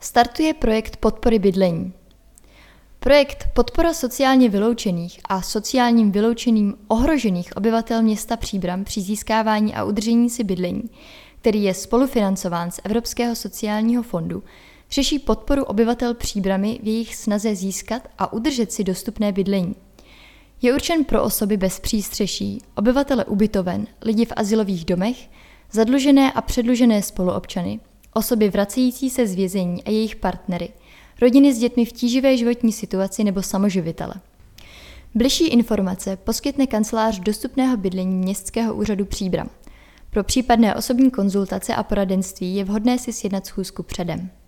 startuje projekt podpory bydlení. Projekt Podpora sociálně vyloučených a sociálním vyloučením ohrožených obyvatel města Příbram při získávání a udržení si bydlení, který je spolufinancován z Evropského sociálního fondu, řeší podporu obyvatel Příbrami v jejich snaze získat a udržet si dostupné bydlení. Je určen pro osoby bez přístřeší, obyvatele ubytoven, lidi v azylových domech, zadlužené a předlužené spoluobčany, osoby vracející se z vězení a jejich partnery, rodiny s dětmi v tíživé životní situaci nebo samoživitele. Bližší informace poskytne kancelář dostupného bydlení Městského úřadu Příbram. Pro případné osobní konzultace a poradenství je vhodné si sjednat schůzku předem.